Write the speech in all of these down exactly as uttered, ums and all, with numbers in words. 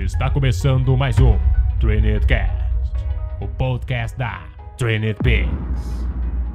Está começando mais um Trinity Cast, o podcast da Trinity Pigs.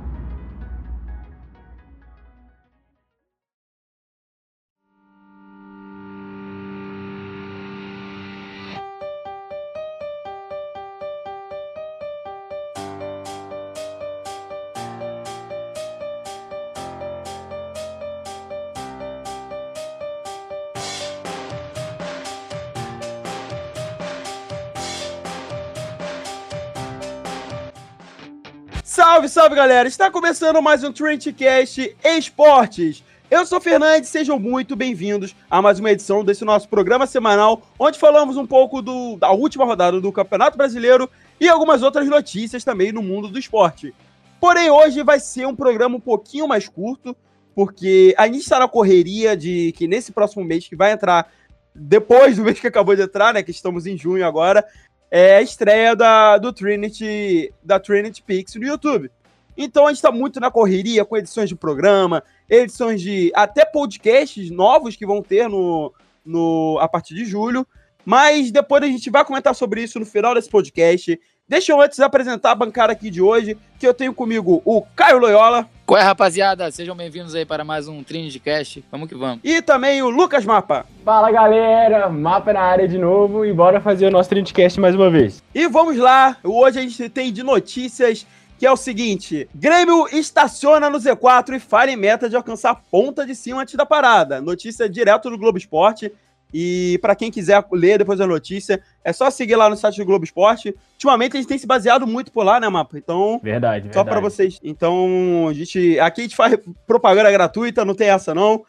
Salve, salve, galera! Está começando mais um Trinity Cast Esportes. Eu sou o Fernandes, sejam muito bem-vindos a mais uma edição desse nosso programa semanal, onde falamos um pouco do, da última rodada do Campeonato Brasileiro e algumas outras notícias também no mundo do esporte. Porém, hoje vai ser um programa um pouquinho mais curto, porque a gente está na correria de que nesse próximo mês, que vai entrar depois do mês que acabou de entrar, né, que estamos em junho agora, é a estreia da, do Trinity, da Trinity Pigs no YouTube. Então a gente está muito na correria com edições de programa, edições de até podcasts novos que vão ter no, no, a partir de julho. Mas depois a gente vai comentar sobre isso no final desse podcast. Deixa eu antes apresentar a bancada aqui de hoje, que eu tenho comigo o Caio Loyola. Qual é, rapaziada? Sejam bem-vindos aí para mais um Trinity Cast. Vamos que vamos. E também o Lucas Mapa. Fala, galera. Mapa na área de novo e bora fazer o nosso Trinity Cast mais uma vez. E vamos lá. Hoje a gente tem de notícias que é o seguinte. Grêmio estaciona no Z quatro e falha em meta de alcançar a ponta de cima antes da parada. Notícia direto do Globo Esporte. E para quem quiser ler depois da notícia, é só seguir lá no site do Globo Esporte. Ultimamente a gente tem se baseado muito por lá, né, Mapa? Então, verdade, só verdade. para vocês. Então, a gente, aqui a gente faz propaganda gratuita, não tem essa não.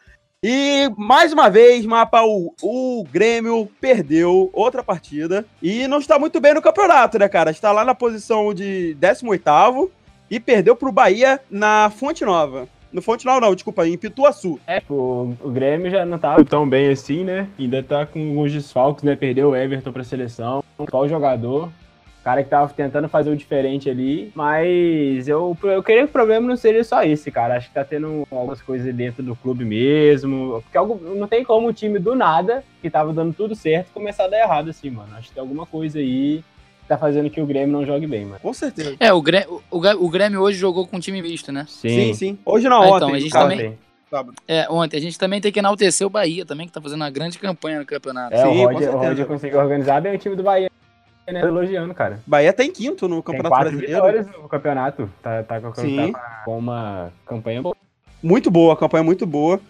E mais uma vez, Mapa, o, o Grêmio perdeu outra partida e não está muito bem no campeonato, né, cara? Está lá na posição de décimo oitavo e perdeu pro Bahia na Fonte Nova. No Fonte Nova não, desculpa, em Pituaçu. É, pô, o Grêmio já não tá tão bem assim, né? Ainda tá com alguns desfalques, né? Perdeu o Everton pra seleção, qual jogador, cara que tava tentando fazer o diferente ali, mas eu, eu queria que o problema não seja só esse, cara. Acho que tá tendo algumas coisas dentro do clube mesmo, porque algo, não tem como o time do nada, que tava dando tudo certo, começar a dar errado assim, mano. Acho que tem alguma coisa aí tá fazendo que o Grêmio não jogue bem, mano. Com certeza. É, o Grêmio, o, o Grêmio hoje jogou com um time misto, né? Sim, sim. sim. Hoje não, ah, ontem. Então, a gente também... É, ontem. A gente também tem que enaltecer o Bahia também, que tá fazendo uma grande campanha no campeonato. É, sim, o Roger, o Roger conseguiu organizar bem o time do Bahia, né? Elogiando, cara. Bahia tá em quinto no Campeonato tem quatro Brasileiro. vitórias no campeonato. Tá, tá, com, sim. tá com uma campanha boa. Muito boa, a campanha é muito boa.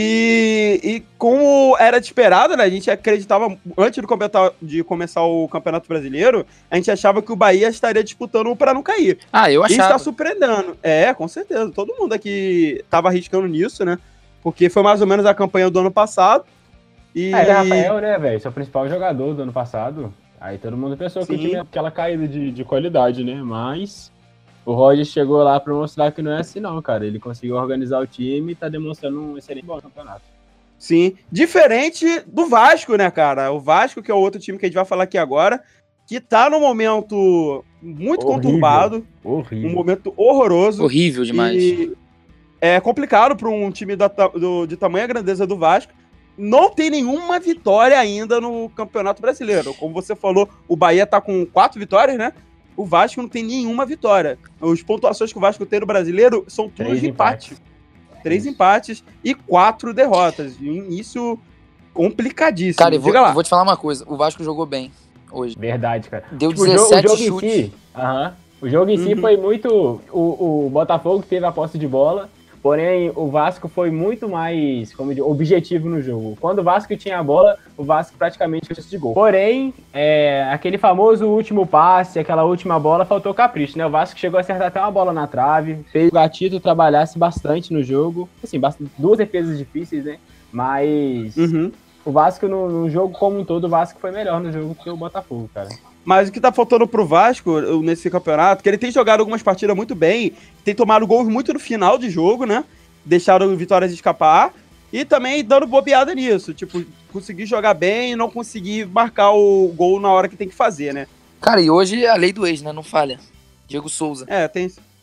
E, e como era de esperado, né? A gente acreditava, antes de, de começar o Campeonato Brasileiro, a gente achava que o Bahia estaria disputando para não cair. Ah, eu achava. E está surpreendendo. É, com certeza. Todo mundo aqui tava arriscando nisso, né? Porque foi mais ou menos a campanha do ano passado. E... É, Rafael, né, velho? Seu principal jogador do ano passado. Aí todo mundo pensou Sim. que o time ia aquela caída de, de qualidade, né? Mas o Roger chegou lá pra mostrar que não é assim não, cara. Ele conseguiu organizar o time e tá demonstrando um excelente bom campeonato. Sim, diferente do Vasco, né, cara? O Vasco, que é o outro time que a gente vai falar aqui agora, que tá num momento muito horrível, conturbado. Horrível. Um momento horroroso. Horrível demais. E é complicado para um time da, do, de tamanha grandeza do Vasco. Não tem nenhuma vitória ainda no Campeonato Brasileiro. Como você falou, o Bahia tá com quatro vitórias, né? O Vasco não tem nenhuma vitória. As pontuações que o Vasco tem no Brasileiro são todas de empate. Três empates e quatro derrotas. Isso complicadíssimo. Cara, eu vou, eu vou te falar uma coisa. O Vasco jogou bem hoje. Verdade, cara. Deu dezessete o jogo chutes. Em si, uh-huh. O jogo em uhum. si foi muito... O, o Botafogo teve a posse de bola, porém o Vasco foi muito mais, como eu digo, objetivo no jogo. Quando o Vasco tinha a bola, o Vasco praticamente fez de gol. Porém, é, aquele famoso último passe, aquela última bola, faltou capricho, né? O Vasco chegou a acertar até uma bola na trave, fez o Gatito trabalhasse bastante no jogo. Assim, duas defesas difíceis, né? Mas uhum. o Vasco, no, no jogo como um todo, o Vasco foi melhor no jogo que o Botafogo, cara. Mas o que tá faltando pro Vasco nesse campeonato, que ele tem jogado algumas partidas muito bem, tem tomado gols muito no final de jogo, né? Deixaram vitórias escapar e também dando bobeada nisso. Tipo, conseguir jogar bem e não conseguir marcar o gol na hora que tem que fazer, né? Cara, e hoje é a lei do ex, né? Não falha. Diego Souza. É, tem,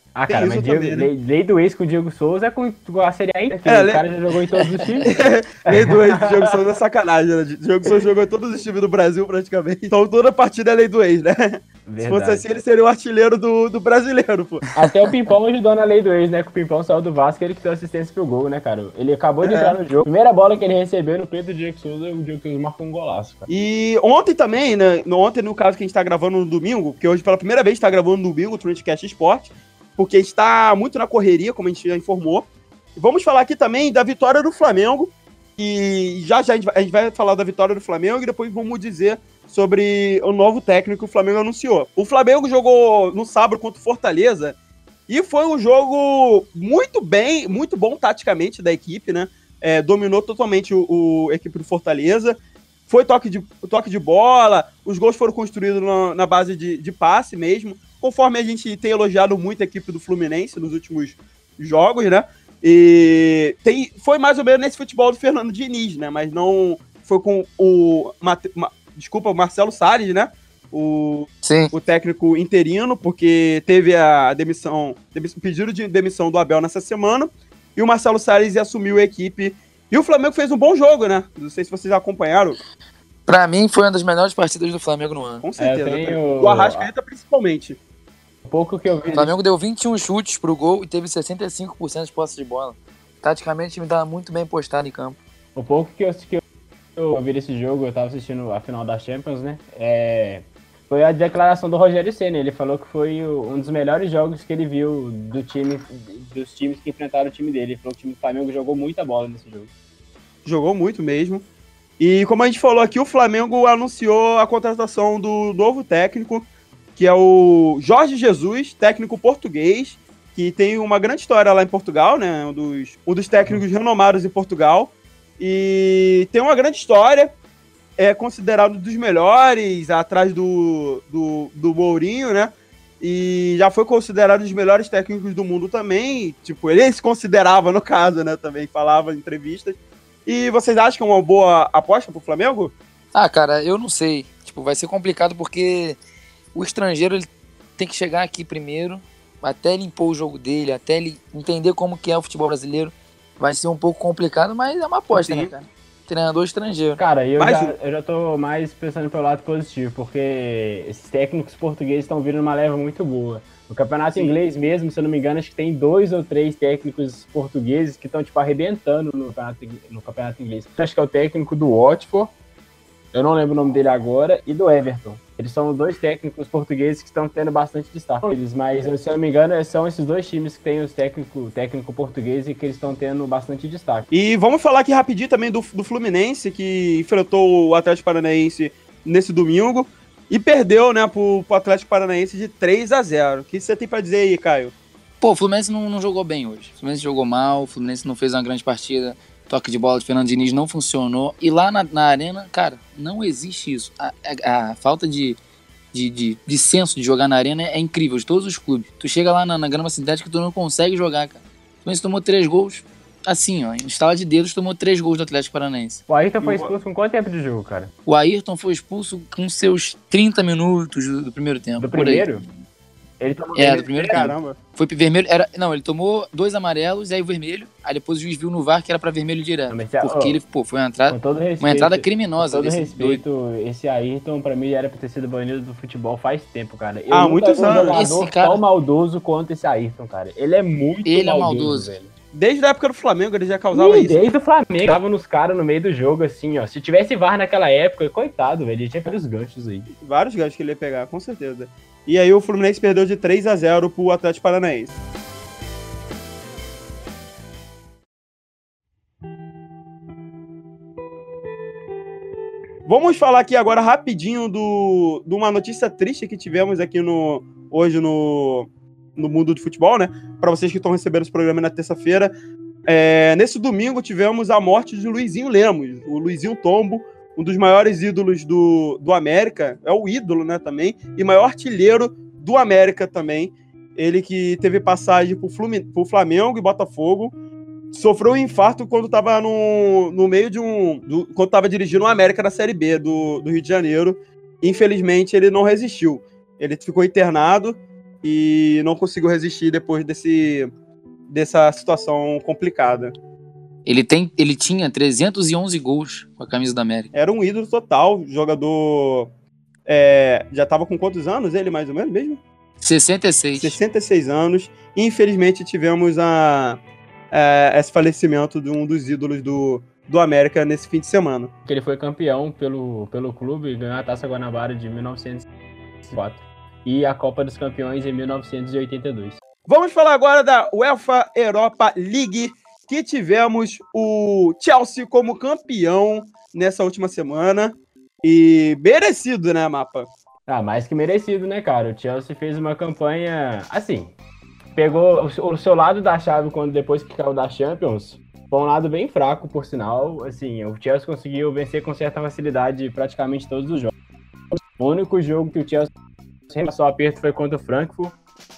Ah, cara, mas Diego, também, né? lei, lei do ex com o Diego Souza é com, com a Série A ainda, que é, o lei... cara já jogou em todos os times. Lei do ex do Diego Souza é sacanagem, né? Diego Souza jogou em todos os times do Brasil, praticamente. Então toda partida é lei do ex, né? Verdade. Se fosse assim, ele seria o artilheiro do, do brasileiro, pô. Até o Pimpão ajudou na lei do ex, né? Que o Pimpão saiu do Vasco, ele que deu assistência pro gol, né, cara? Ele acabou de é. entrar no jogo. Primeira bola que ele recebeu no peito do Diego Souza, o Diego Souza marcou um golaço, cara. E ontem também, né? Ontem, no caso que a gente tá gravando no domingo, porque hoje pela primeira vez a gente tá gravando no domingo o Trendcast Esporte, porque a gente tá muito na correria, como a gente já informou. Vamos falar aqui também da vitória do Flamengo, e já já a gente, vai, a gente vai falar da vitória do Flamengo e depois vamos dizer sobre o novo técnico que o Flamengo anunciou. O Flamengo jogou no sábado contra o Fortaleza e foi um jogo muito bem, muito bom taticamente da equipe, né? É, dominou totalmente o, o a equipe do Fortaleza. Foi toque de, toque de bola, os gols foram construídos na, na base de, de passe mesmo, conforme a gente tem elogiado muito a equipe do Fluminense nos últimos jogos, né? E tem, foi mais ou menos nesse futebol do Fernando Diniz, né? Mas não foi com o... Mate, ma, desculpa, o Marcelo Salles, né? O, o técnico interino, porque teve a demissão, demissão, pedido de demissão do Abel nessa semana, e o Marcelo Salles assumiu a equipe. E o Flamengo fez um bom jogo, né? Não sei se vocês acompanharam. Pra mim, foi uma das melhores partidas do Flamengo no ano. Com certeza. É, tenho... O Arrascaeta, principalmente. O pouco que eu vi... O Flamengo deu vinte e um chutes pro gol e teve sessenta e cinco por cento de posse de bola. Taticamente, o time tava muito bem postado em campo. O pouco que eu, que eu vi desse jogo, eu tava assistindo a final da Champions, né? É... Foi a declaração do Rogério Ceni. Ele falou que foi um dos melhores jogos que ele viu do time, dos times que enfrentaram o time dele. Ele falou que o time do Flamengo jogou muita bola nesse jogo. Jogou muito mesmo. E como a gente falou aqui, o Flamengo anunciou a contratação do novo técnico, que é o Jorge Jesus, técnico português, que tem uma grande história lá em Portugal, né? Um dos, um dos técnicos renomados em Portugal. E tem uma grande história. É considerado um dos melhores, atrás do, do, do Mourinho, né? E já foi considerado um dos melhores técnicos do mundo também. Tipo, ele se considerava, no caso, né? Também falava em entrevistas. E vocês acham que é uma boa aposta pro Flamengo? Ah, cara, eu não sei. Tipo, vai ser complicado porque o estrangeiro ele tem que chegar aqui primeiro, até ele impor o jogo dele, até ele entender como que é o futebol brasileiro. Vai ser um pouco complicado, mas é uma aposta, Sim. né, cara? Treinador estrangeiro. Cara, eu já, eu já tô mais pensando pelo lado positivo, porque esses técnicos portugueses estão vindo numa leva muito boa. No campeonato Sim. inglês mesmo, se eu não me engano, acho que tem dois ou três técnicos portugueses que estão, tipo, arrebentando no campeonato, no campeonato inglês. Acho que é o técnico do Watford, eu não lembro o nome dele agora, e do Everton. Eles são dois técnicos portugueses que estão tendo bastante destaque. Eles, mas, se eu não me engano, são esses dois times que têm os técnico, técnico português e que eles estão tendo bastante destaque. E vamos falar aqui rapidinho também do, do Fluminense, que enfrentou o Atlético Paranaense nesse domingo e perdeu, né, pro, pro Atlético Paranaense de três a zero. O que você tem pra dizer aí, Caio? Pô, o Fluminense não, não jogou bem hoje. O Fluminense jogou mal, o Fluminense não fez uma grande partida. Toque de bola de Fernando Diniz não funcionou. E lá na, na arena, cara, não existe isso. A, a, a falta de, de, de, de senso de jogar na arena é, é incrível, de todos os clubes. Tu chega lá na, na grama sintética e tu não consegue jogar, cara. O Fluminense tomou três gols, assim, ó, em estala de dedos, tomou três gols do Atlético Paranaense. O Ayrton foi expulso com quanto tempo de jogo, cara? O Ayrton foi expulso com seus trinta minutos do, do primeiro tempo. Do primeiro? Ele tomou é, do primeiro Caramba. tempo. Foi vermelho, era, não, ele tomou dois amarelos e aí o vermelho, aí depois o juiz viu no V A R que era pra vermelho direto. Não, já, porque ó, ele, pô, foi uma entrada, respeito, uma entrada criminosa. Com todo respeito, doido. Esse Ayrton pra mim era pra ter sido banido do futebol faz tempo, cara. Eu ah, muitos anos. Um esse cara tão maldoso quanto esse Ayrton, cara. Ele é muito ele maldoso, é maldoso, velho. Desde a época do Flamengo ele já causava e isso. Desde o Flamengo, tava nos caras no meio do jogo, assim, ó. Se tivesse V A R naquela época, coitado, velho, ele tinha vários ganchos aí. Vários ganchos que ele ia pegar, com certeza. E aí o Fluminense perdeu de três a zero pro Atlético Paranaense. Vamos falar aqui agora rapidinho do, de uma notícia triste que tivemos aqui no, hoje no, no mundo do futebol, né? Para vocês que estão recebendo esse programa na terça-feira. É, nesse domingo tivemos a morte de Luizinho Lemos, o Luizinho Tombo, um dos maiores ídolos do, do América, é o ídolo, né, também, e maior artilheiro do América também. Ele que teve passagem por, Flumin- por Flamengo e Botafogo, sofreu um infarto quando estava no, no meio de um... Do, quando estava dirigindo o América na Série B do, do Rio de Janeiro. Infelizmente, ele não resistiu. Ele ficou internado e não conseguiu resistir depois desse, dessa situação complicada. Ele, tem, ele tinha trezentos e onze gols com a camisa da América. Era um ídolo total, jogador... É, já estava com quantos anos ele, mais ou menos, mesmo? sessenta e seis. sessenta e seis anos. E, infelizmente, tivemos a, a, esse falecimento de um dos ídolos do, do América nesse fim de semana. Ele foi campeão pelo, pelo clube e ganhou a Taça Guanabara de mil novecentos e quatro e a Copa dos Campeões em mil novecentos e oitenta e dois. Vamos falar agora da UEFA Europa League, que tivemos o Chelsea como campeão nessa última semana. E merecido, né, Mapa? Ah, mais que merecido, né, cara? O Chelsea fez uma campanha, assim, pegou o seu lado da chave quando depois que caiu da Champions, foi um lado bem fraco, por sinal. Assim, o Chelsea conseguiu vencer com certa facilidade praticamente todos os jogos. O único jogo que o Chelsea passou aperto foi contra o Frankfurt,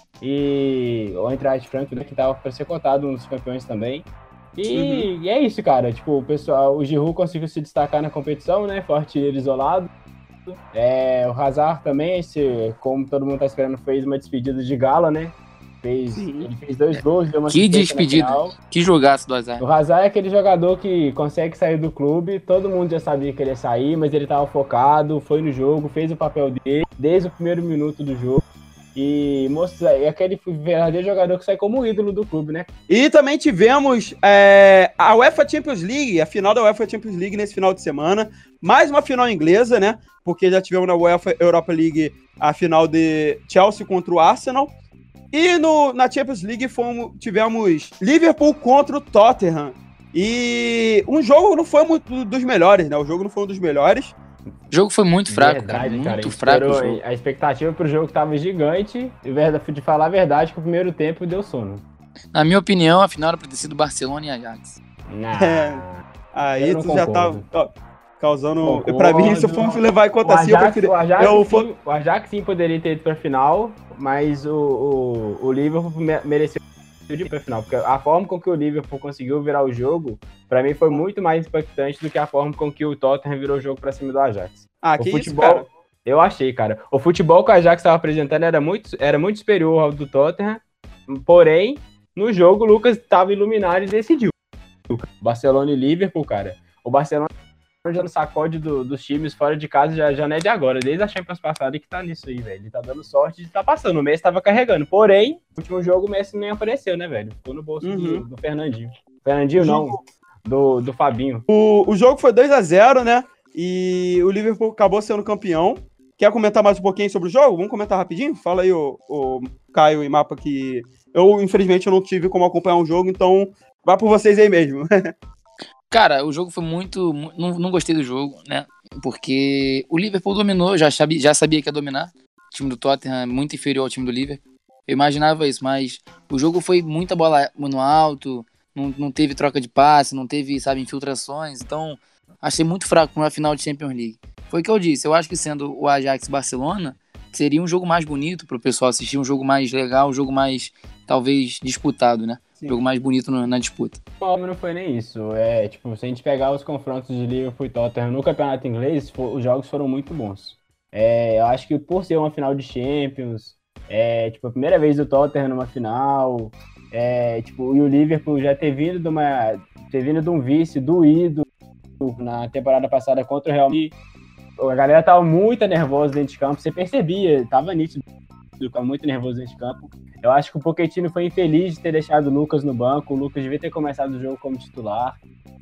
e o Eintracht Frankfurt, né, que estava para ser cotado um dos campeões também. E, uhum. e é isso, cara. Tipo, o pessoal, o Giroud conseguiu se destacar na competição, né? Foi artilheiro isolado. É, o Hazard também, esse, como todo mundo tá esperando, fez uma despedida de gala, né? Fez, ele fez dois gols, deu uma Que despedida, que jogaço do Hazard. O Hazard é aquele jogador que consegue sair do clube, todo mundo já sabia que ele ia sair, mas ele tava focado, foi no jogo, fez o papel dele desde o primeiro minuto do jogo. E mostra, é aquele verdadeiro jogador que sai como ídolo do clube, né? E também tivemos é, a UEFA Champions League, a final da UEFA Champions League nesse final de semana. Mais uma final inglesa, né? Porque já tivemos na UEFA Europa League a final de Chelsea contra o Arsenal. E no, na Champions League fomos, tivemos Liverpool contra o Tottenham. E um jogo não foi muito dos melhores, né? O jogo não foi um dos melhores. O jogo foi muito fraco, verdade, cara. cara. Muito fraco o jogo. A expectativa pro jogo tava gigante. E de falar a verdade, que o primeiro tempo deu sono. Na minha opinião, a final era pra ter sido Barcelona e Ajax. Nah, é, aí tu já tá ó, causando... Concordo. Pra mim, se eu for levar em conta assim, eu prefiro... O Ajax, eu sim, for... o Ajax sim poderia ter ido pra final, mas o, o, o Liverpool mereceu ir pra final. Porque a forma com que o Liverpool conseguiu virar o jogo, pra mim foi muito mais impactante do que a forma com que o Tottenham virou o jogo pra cima do Ajax. Ah, o que futebol, isso, cara? Eu achei, cara. O futebol que o Ajax estava apresentando era muito, era muito superior ao do Tottenham, porém, no jogo, o Lucas estava iluminado e decidiu. Barcelona e Liverpool, cara. O Barcelona já no sacode do, dos times fora de casa já, já não é de agora, desde a Champions passada que tá nisso aí, velho. Ele tá dando sorte de tá passando. O Messi tava carregando. Porém, no último jogo o Messi nem apareceu, né, velho? Ficou no bolso uhum. do, do Fernandinho. Fernandinho não, do, do Fabinho. O, o jogo foi dois a zero, né? E o Liverpool acabou sendo campeão. Quer comentar mais um pouquinho sobre o jogo? Vamos comentar rapidinho? Fala aí, o, o Caio e Mapa, que eu, infelizmente, eu não tive como acompanhar o jogo, então vai por vocês aí mesmo. Cara, o jogo foi muito... Não, não gostei do jogo, né? Porque o Liverpool dominou, já sabia, já sabia que ia dominar. O time do Tottenham é muito inferior ao time do Liverpool. Eu imaginava isso, mas o jogo foi muita bola no alto, não, não teve troca de passe, não teve, sabe, infiltrações, então... Achei muito fraco para uma final de Champions League. Foi o que eu disse. Eu acho que sendo o Ajax e Barcelona, seria um jogo mais bonito para o pessoal assistir, um jogo mais legal, um jogo mais, talvez, disputado, né? Sim. Um jogo mais bonito no, na disputa. Não, não foi nem isso. É, tipo, se a gente pegar os confrontos de Liverpool e Tottenham no campeonato inglês, for, os jogos foram muito bons. É, eu acho que por ser uma final de Champions, é, tipo, a primeira vez do Tottenham numa final, é, tipo, e o Liverpool já ter vindo de uma, ter vindo de um vice doído na temporada passada contra o Real Madrid. A galera tava muito nervosa dentro de campo, você percebia, tava nítido, tava muito nervoso dentro de campo. Eu acho que o Pochettino foi infeliz de ter deixado o Lucas no banco, o Lucas devia ter começado o jogo como titular.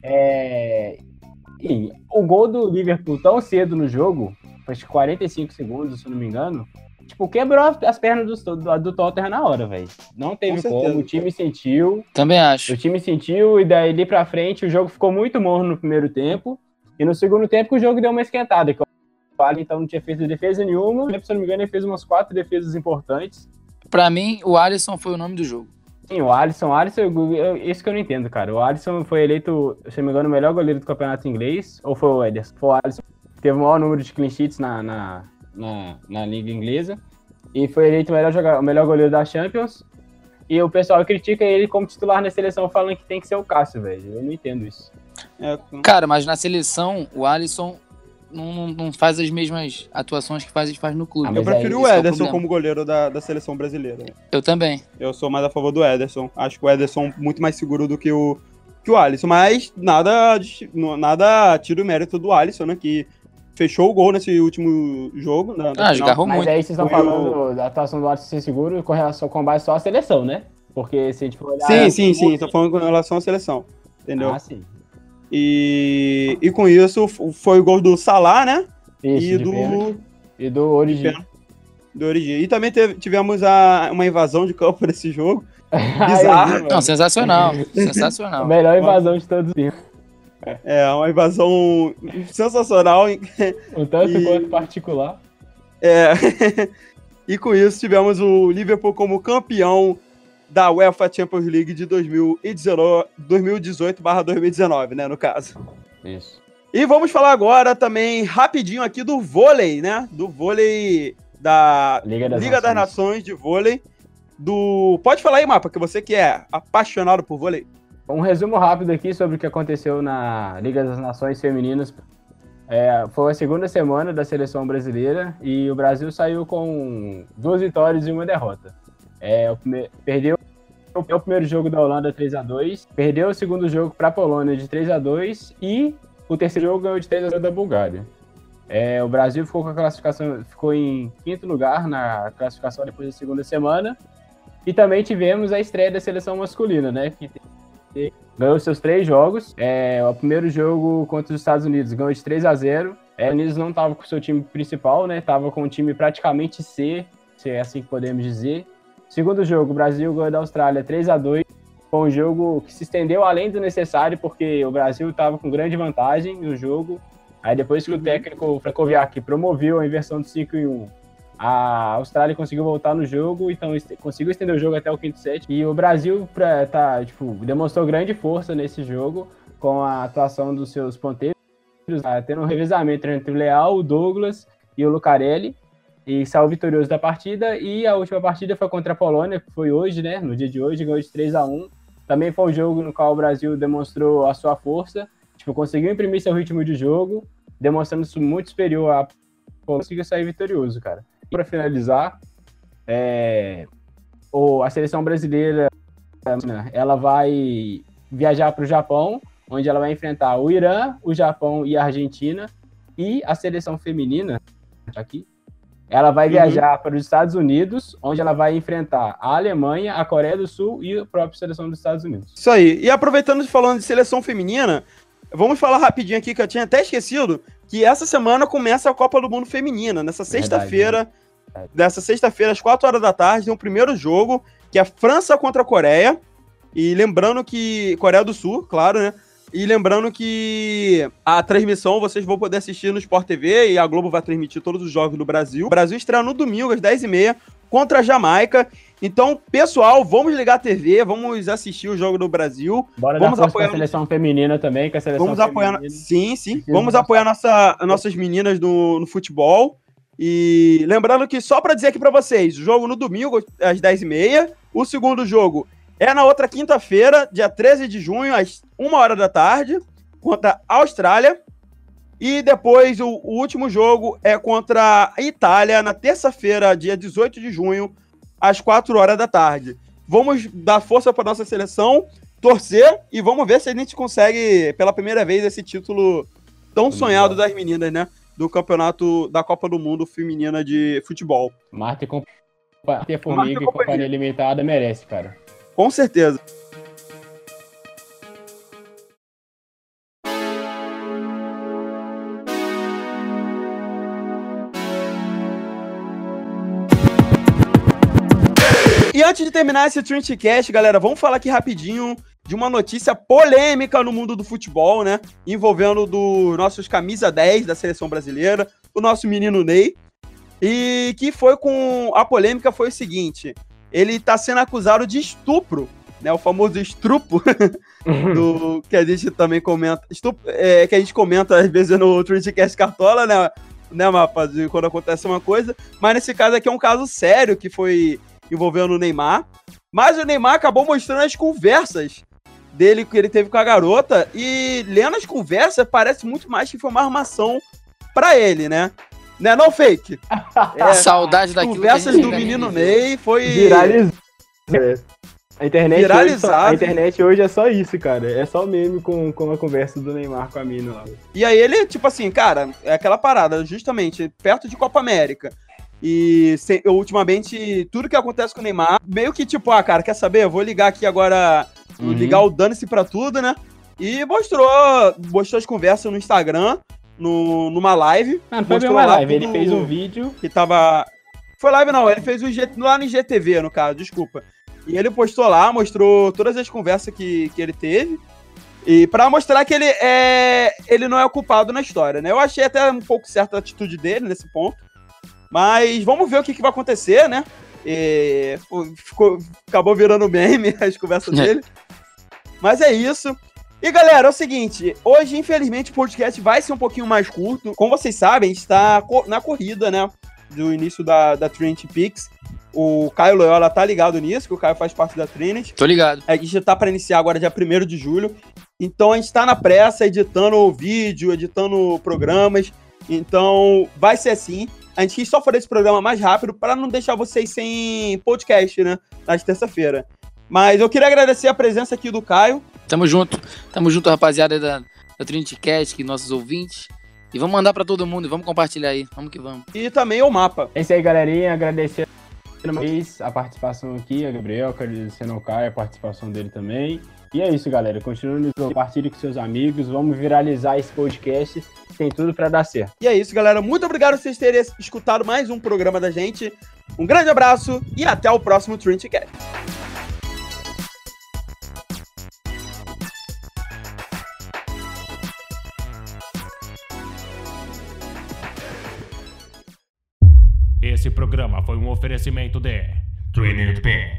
É... E o gol do Liverpool tão cedo no jogo, acho que quarenta e cinco segundos, se não me engano, tipo, quebrou as pernas do, do, do Tottenham na hora, velho. Não teve Com como, o time sentiu. Também acho. O time sentiu e daí pra frente o jogo ficou muito morno no primeiro tempo. E no segundo tempo o jogo deu uma esquentada. Que o Alisson então não tinha feito defesa nenhuma. Se não me engano, ele fez umas quatro defesas importantes. Pra mim, o Alisson foi o nome do jogo. Sim, o Alisson, o Alisson, isso que eu não entendo, cara. O Alisson foi eleito, se não me engano, o melhor goleiro do campeonato inglês. Ou foi o Ederson? Foi o Alisson. Teve o maior número de clean sheets na... na... Na, na Liga Inglesa, e foi eleito o melhor, jogador, o melhor goleiro da Champions, e o pessoal critica ele como titular na seleção, falando que tem que ser o Cássio, velho. Eu não entendo isso. Cara, mas na seleção, o Alisson não, não, não faz as mesmas atuações que faz, faz no clube. Ah, Eu mas prefiro aí, o esse é o Ederson problema. como goleiro da, da seleção brasileira. Eu também. Eu sou mais a favor do Ederson. Acho que o Ederson é muito mais seguro do que o, que o Alisson. Mas nada, de- não- nada tira o mérito do Alisson, né? Que fechou o gol nesse último jogo. Na, na Ah, final. agarrou Mas muito. aí vocês estão Foi falando da atuação do Alisson sem seguro com relação com base só à seleção, né? Porque se a gente for olhar... Sim, sim, sim. Tô falando com relação à seleção. Entendeu? Ah, sim. E, e com isso f- foi o gol do Salah, né? Isso, e de do, pênalti. E do Origi. pênalti. do Origi. E também teve- tivemos a, uma invasão de campo nesse jogo. Ah, Bizarro. eu vi, mano. Não, sensacional. Sensacional. Melhor invasão de todos os tempos. É, uma invasão sensacional. Um tanto E- quanto particular. É. E com isso tivemos o Liverpool como campeão da UEFA Champions League de dois mil e dezoito barra dois mil e dezenove, né, no caso. Isso. E vamos falar agora também rapidinho aqui do vôlei, né? Do vôlei da Liga das Liga das Nações. Nações de vôlei. Do... Pode falar aí, Mapa, que você que é apaixonado por vôlei. Um resumo rápido aqui sobre o que aconteceu na Liga das Nações Femininas. É, foi a segunda semana da seleção brasileira e o Brasil saiu com duas vitórias e uma derrota. É, o prime- perdeu o primeiro jogo da Holanda três a dois, perdeu o segundo jogo para a Polônia de três a dois e o terceiro jogo ganhou de três a zero da Bulgária. É, o Brasil ficou com a classificação, ficou em quinto lugar na classificação depois da segunda semana. E também tivemos a estreia da seleção masculina, né? Que te- ganhou seus três jogos. É, o primeiro jogo contra os Estados Unidos ganhou de três a zero. É, os Estados Unidos não estava com o seu time principal, né? Tava com o time praticamente C, se é assim que podemos dizer. Segundo jogo, o Brasil ganhou da Austrália três a dois. Foi um jogo que se estendeu além do necessário, porque o Brasil estava com grande vantagem no jogo. Aí depois que o técnico Francoviac promoveu a inversão de cinco em um, a Austrália conseguiu voltar no jogo, então est- conseguiu estender o jogo até o quinto set. E o Brasil pra, tá, tipo, demonstrou grande força nesse jogo com a atuação dos seus ponteiros, tá, tendo um revezamento entre o Leal, o Douglas e o Lucarelli. E saiu vitorioso da partida. E a última partida foi contra a Polônia, que foi hoje, né? No dia de hoje, ganhou de três a um. Também foi um jogo no qual o Brasil demonstrou a sua força. Tipo, conseguiu imprimir seu ritmo de jogo, demonstrando-se muito superior a Polônia, conseguiu sair vitorioso, cara. Para finalizar, é, o, a seleção brasileira ela vai viajar para o Japão, onde ela vai enfrentar o Irã, o Japão e a Argentina. E a seleção feminina, aqui, ela vai Uhum. viajar para os Estados Unidos, onde ela vai enfrentar a Alemanha, a Coreia do Sul e a própria seleção dos Estados Unidos. Isso aí. E aproveitando de falando de seleção feminina, vamos falar rapidinho aqui, que eu tinha até esquecido, que essa semana começa a Copa do Mundo Feminina. Nessa sexta-feira, Verdade. dessa sexta-feira, às quatro horas da tarde, tem o primeiro jogo, que é França contra a Coreia. E lembrando que... Coreia do Sul, claro, né? E lembrando que a transmissão vocês vão poder assistir no Sport T V e a Globo vai transmitir todos os jogos do Brasil. O Brasil estreia no domingo, às dez e meia, contra a Jamaica. Então, pessoal, vamos ligar a T V, vamos assistir o jogo do Brasil. Bora Vamos dar força apoiar para a seleção feminina também, que a seleção Vamos apoiar. feminina... Sim, sim. Precisa Vamos mostrar. apoiar nossa, nossas meninas no, no futebol. E lembrando que, só para dizer aqui para vocês, o jogo no domingo, às dez e meia. O segundo jogo é na outra quinta-feira, dia treze de junho, às uma hora da tarde, contra a Austrália. E depois o, o último jogo é contra a Itália, na terça-feira, dia dezoito de junho, às quatro horas da tarde. Vamos dar força para nossa seleção, torcer e vamos ver se a gente consegue, pela primeira vez, esse título tão sonhado das meninas, né? Do campeonato da Copa do Mundo Feminina de Futebol. Marta e companhia, Formiga e Companhia. Companhia Limitada merece, cara. Com certeza. E antes de terminar esse Trintcast, galera, vamos falar aqui rapidinho de uma notícia polêmica no mundo do futebol, né? Envolvendo dos nossos camisa dez da seleção brasileira, o nosso menino Ney. E que foi com... A polêmica foi o seguinte: ele tá sendo acusado de estupro, né? O famoso estrupo, do, que a gente também comenta. Estupro, é, que a gente comenta às vezes no Trintcast Cartola, né? Né, Mapa? De quando acontece uma coisa. Mas nesse caso aqui é um caso sério que foi envolvendo o Neymar. Mas o Neymar acabou mostrando as conversas dele que ele teve com a garota. E lendo as conversas, parece muito mais que foi uma armação pra ele, né? Né, não fake. É, saudade daquilo conversas que a do gente menino Ney foi... Viralizou. A internet, hoje só, a Viralizado. internet hoje é só isso, cara. É só meme com, com a conversa do Neymar com a mina lá. E aí ele, tipo assim, cara, é aquela parada, justamente, perto de Copa América. E se- eu, ultimamente, tudo que acontece com o Neymar, meio que tipo, ah, cara, quer saber? Eu vou ligar aqui agora, Uhum. ligar o dane-se pra tudo, né? E mostrou, mostrou as conversas no Instagram, no, numa live. Ah, não foi bem Mostrou uma lá live, ele tudo fez um vídeo. que tava... Foi live não, ele fez um G... lá no I G T V, no caso, desculpa. E ele postou lá, mostrou todas as conversas que, que ele teve. E pra mostrar que ele é ele não é o culpado na história, né? Eu achei até um pouco certa a atitude dele nesse ponto. Mas vamos ver o que, que vai acontecer, né? E ficou, acabou virando meme as conversas dele. Mas é isso. E galera, é o seguinte, hoje infelizmente o podcast vai ser um pouquinho mais curto. Como vocês sabem, a gente tá co- na corrida, né? Do início da, da Trinity Picks. O Caio Loyola tá ligado nisso, que o Caio faz parte da Trinity. Tô ligado. A gente tá para iniciar agora dia primeiro de julho. Então a gente tá na pressa, editando vídeo, editando programas. Então vai ser assim. A gente quis só fazer esse programa mais rápido para não deixar vocês sem podcast, né? Na terça-feira. Mas eu queria agradecer a presença aqui do Caio. Tamo junto. Tamo junto, rapaziada da, da Trinity Cast, que nossos ouvintes. E vamos mandar pra todo mundo e vamos compartilhar aí. Vamos que vamos. E também o Mapa. É isso aí, galerinha. Agradecer uma vez a participação aqui, a Gabriel, agradecendo ao Caio, a participação dele também. E é isso, galera. Continue nos ouvindo, compartilhe com seus amigos. Vamos viralizar esse podcast. Tem tudo pra dar certo. E é isso, galera. Muito obrigado por vocês terem escutado mais um programa da gente. Um grande abraço e até o próximo Trinity Cast. Esse programa foi um oferecimento de Trinity Picks.